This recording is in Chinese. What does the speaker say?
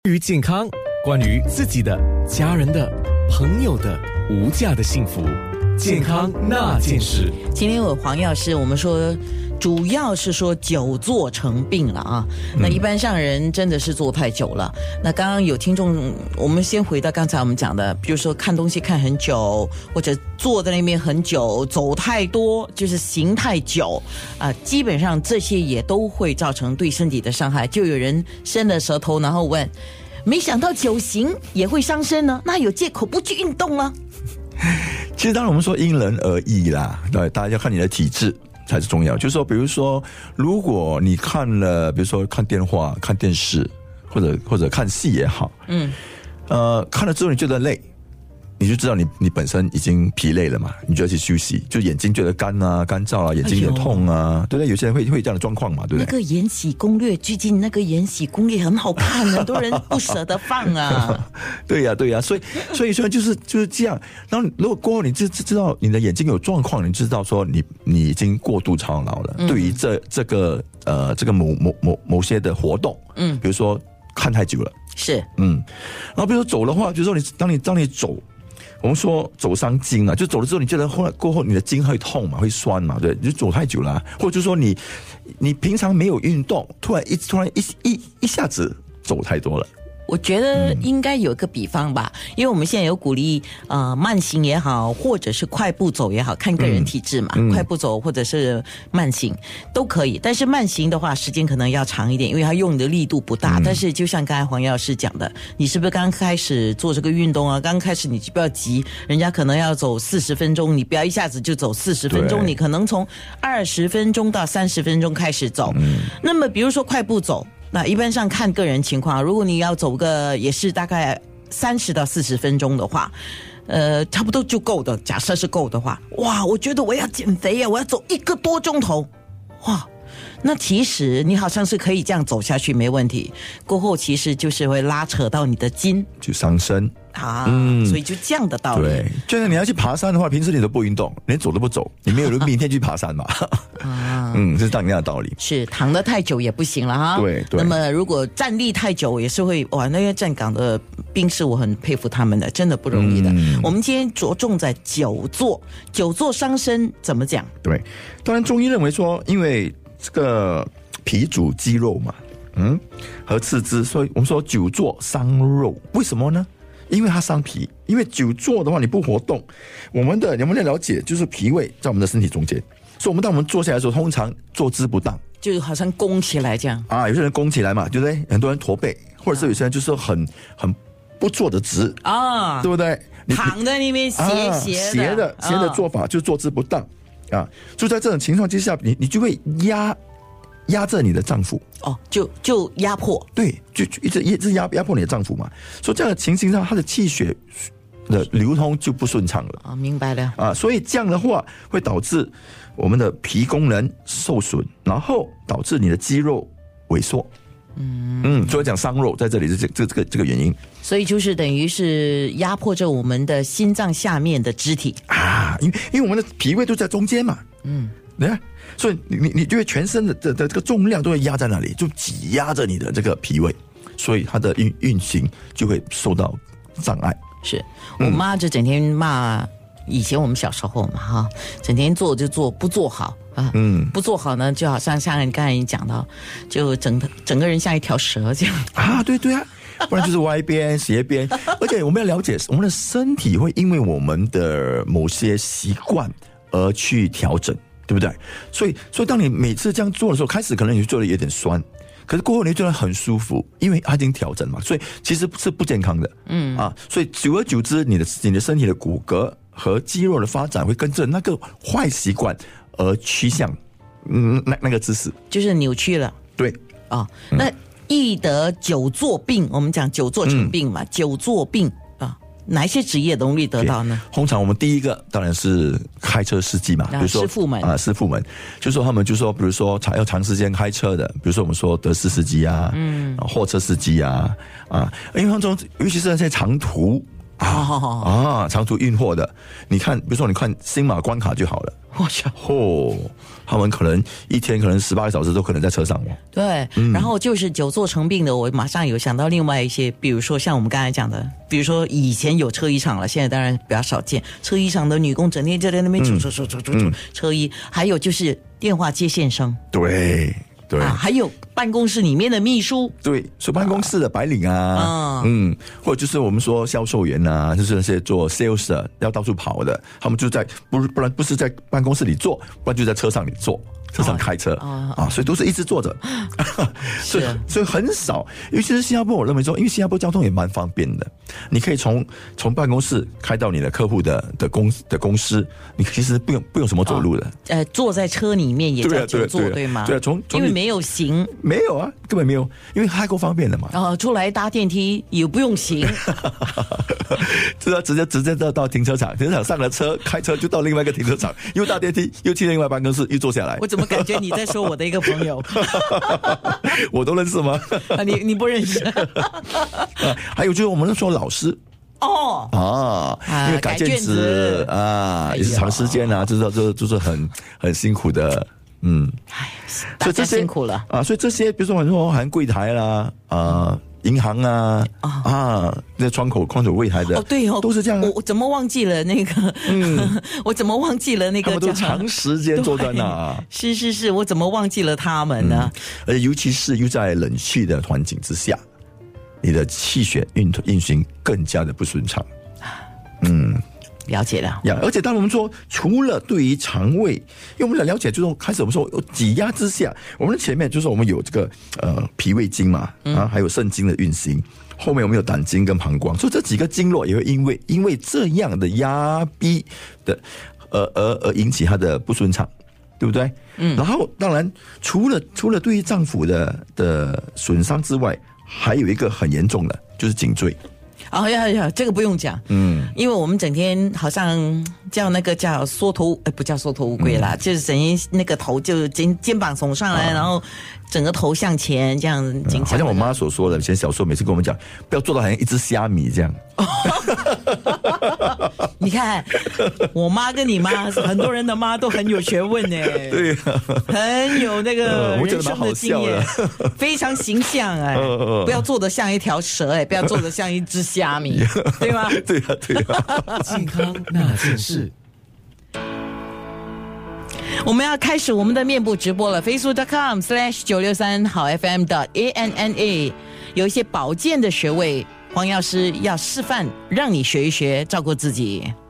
关于健康，关于自己的、家人的、朋友的无价的幸福，健康那件事。 今天有黄药师，我们说主要是说久坐成病了啊。那一般上人真的是坐太久了。那刚刚有听众，我们先回到刚才我们讲的，比如说看东西看很久，或者坐在那边很久，走太多，就是行太久啊，基本上这些也都会造成对身体的伤害。就有人伸了舌头，然后问，没想到久行也会伤身呢，那有借口不去运动吗？ 其实当然我们说因人而异啦，对，大家要看你的体质才是重要。就是说，比如说，如果你看了，比如说看电话、看电视，或者看戏也好，看了之后你觉得累，你就知道你本身已经疲累了嘛，你就要去休息，就眼睛觉得干燥啊，眼睛有痛啊，对不对？有些人会有这样的状况嘛，对不对？ 那个《延禧攻略》最近那个《延禧攻略》很好看，很多人不舍得放啊。 对呀，所以说就是这样。然后如果过后你知道你的眼睛有状况，你知道说你已经过度操劳了，对于这个某些的活动，比如说看太久了， 是， 然后比如说走的话，比如说当你走。我们说走伤筋啊，就走了之后，你觉得过后你的筋会痛嘛，会酸嘛，对，你就走太久了，或者就是说你平常没有运动，突然一下子走太多了。 我觉得应该有一个比方吧，因为我们现在有鼓励慢行也好，或者是快步走也好，看个人体质嘛，快步走或者是慢行都可以。但是慢行的话，时间可能要长一点，因为它用的力度不大。但是就像刚才黄药师讲的，你是不是刚开始做这个运动啊？刚开始你就不要急，人家可能要走40分钟，你不要一下子就走40分钟，你可能从20分钟到30分钟开始走。那么比如说快步走。那一般上看个人情况，如果你要走个也是大概30到40分钟的话，差不多就够的。假设是够的话，哇，我觉得我要减肥呀，我要走1个多钟头，哇，那其实你好像是可以这样走下去没问题，过后其实就是会拉扯到你的筋， 就伤身啊，所以就这样的道理。 对，就像你要去爬山的话，平时你都不运动，连走都不走，你没有明天去爬山嘛？是这样的道理。是躺得太久也不行了哈。 对。 那么如果站立太久也是会，哇，那些站岗的兵士我很佩服他们的，真的不容易的。我们今天着重在久坐伤身怎么讲？ 对，当然中医认为说，因为这个脾主肌肉嘛，和次之，所以我们说久坐伤肉，为什么呢？因为它伤脾，因为久坐的话你不活动，我们的了解就是脾胃在我们的身体中间，所以当我们坐下来的时候，通常坐姿不当， 就好像弓起来这样啊，有些人弓起来嘛，对不对？很多人驼背，或者是有些人就是很不坐得直啊，对不对？ 躺在那边斜的做法就是坐姿不当啊，就在这种情况之下，你就会压着你的脏腑哦，就压迫， 对，就一直压迫你的脏腑嘛。所以这样的情形上，它的气血的流通就不顺畅了。 明白了啊，所以这样的话会导致我们的脾功能受损，然后导致你的肌肉萎缩。所以讲伤肉在这里是这个原因。 所以就是等于是压迫着我们的心脏下面的肢体啊，因为我们的脾胃都在中间嘛。对啊，所以你就会全身的这个重量都会压在那里，就挤压着你的这个脾胃，所以它的运行就会受到障碍。 是我妈就整天骂，以前我们小时候嘛哈，整天做就做不做好啊，不做好呢，就好像你刚才你讲到，就整个人像一条蛇这样啊，对啊。不然就是歪边斜边，而且我们要了解，我们的身体会因为我们的某些习惯而去调整，对不对？所以当你每次这样做的时候，开始可能你就做的有点酸，可是过后你觉得很舒服，因为它已经调整嘛，所以其实是不健康的。所以久而久之，你的身体的骨骼和肌肉的发展会跟着那个坏习惯而趋向，那个姿势就是扭曲了。 对啊，那易得久坐病，我们讲久坐成病嘛，久坐病啊，哪一些职业容易得到呢？ 通常我们第一个当然是开车司机嘛，比如说师傅们，就说他们就说，比如说要长时间开车的，比如说我们说德士司机啊，货车司机啊，因为当中尤其是那些长途长途运货的，你看，比如说你看新马关卡就好了。他们可能一天可能18个小时都可能在车上哦。 对，然后就是久坐成病的，我马上有想到另外一些，比如说像我们刚才讲的，比如说以前有车衣厂了，现在当然比较少见。车衣厂的女工整天就在那边煮车衣，还有就是电话接线生， 对。 还有办公室里面的秘书， 对，所以办公室的白领或者就是我们说销售员啊，就是那些做 sales 的要到处跑的，他们就在不然不是在办公室里做，不然就在车上里做。车上开车所以都是一直坐着，所以很少，尤其是新加坡，我认为说，因为新加坡交通也蛮方便的，你可以从办公室开到你的客户的公司，你其实不用什么走路的， 坐在车里面也叫久坐，对吗？ 对啊， 因为没有行， 没有啊，根本没有，因为太够方便了嘛。 出来搭电梯也不用行， 直接到停车场上了车，开车就到另外一个停车场，又搭电梯，又去另外办公室，又坐下来。 我怎么感觉你在说我的一个朋友？ 我都认识吗？ 你不认识？ 还有就是我们说老师因为改卷子也是长时间就是很辛苦的， 大家辛苦了所以这些比如说我们说好像柜台啦银行那窗口柜台的对都是这样。 我怎么忘记了那个？我怎么忘记了那个？ 他们都长时间坐在那。 是，我怎么忘记了他们呢？ 而尤其是又在冷气的环境之下，你的气血运行更加的不顺畅。 了解了而且当我们说，除了对于肠胃，因为我们了解，就是开始我们说挤压之下，我们的前面就是我们有这个脾胃经嘛，还有肾经的运行，后面我们有胆经跟膀胱，所以这几个经络也会因为这样的压逼的而引起它的不顺畅，对不对？然后当然除了对于脏腑的损伤之外，还有一个很严重的就是颈椎。 这个不用讲，因为我们整天好像叫缩头，不叫缩头乌龟啦，就是整天那个头就肩膀耸上来，然后整个头向前这样子， 好像我妈所说的，以前小时候每次跟我们讲，不要做到好像一只虾米这样。 你看，我妈跟你妈，很多人的妈都很有学问呢， 对很有那个人生的经验，非常形象不要做得像一条蛇不要做得像一只虾米，对吗？ 对啊， 健康那件事。 我们要开始我们的面部直播了 ，facebook.com/963好 FM.ANNA 有一些保健的穴位，黄药师要示范，让你学一学，照顾自己。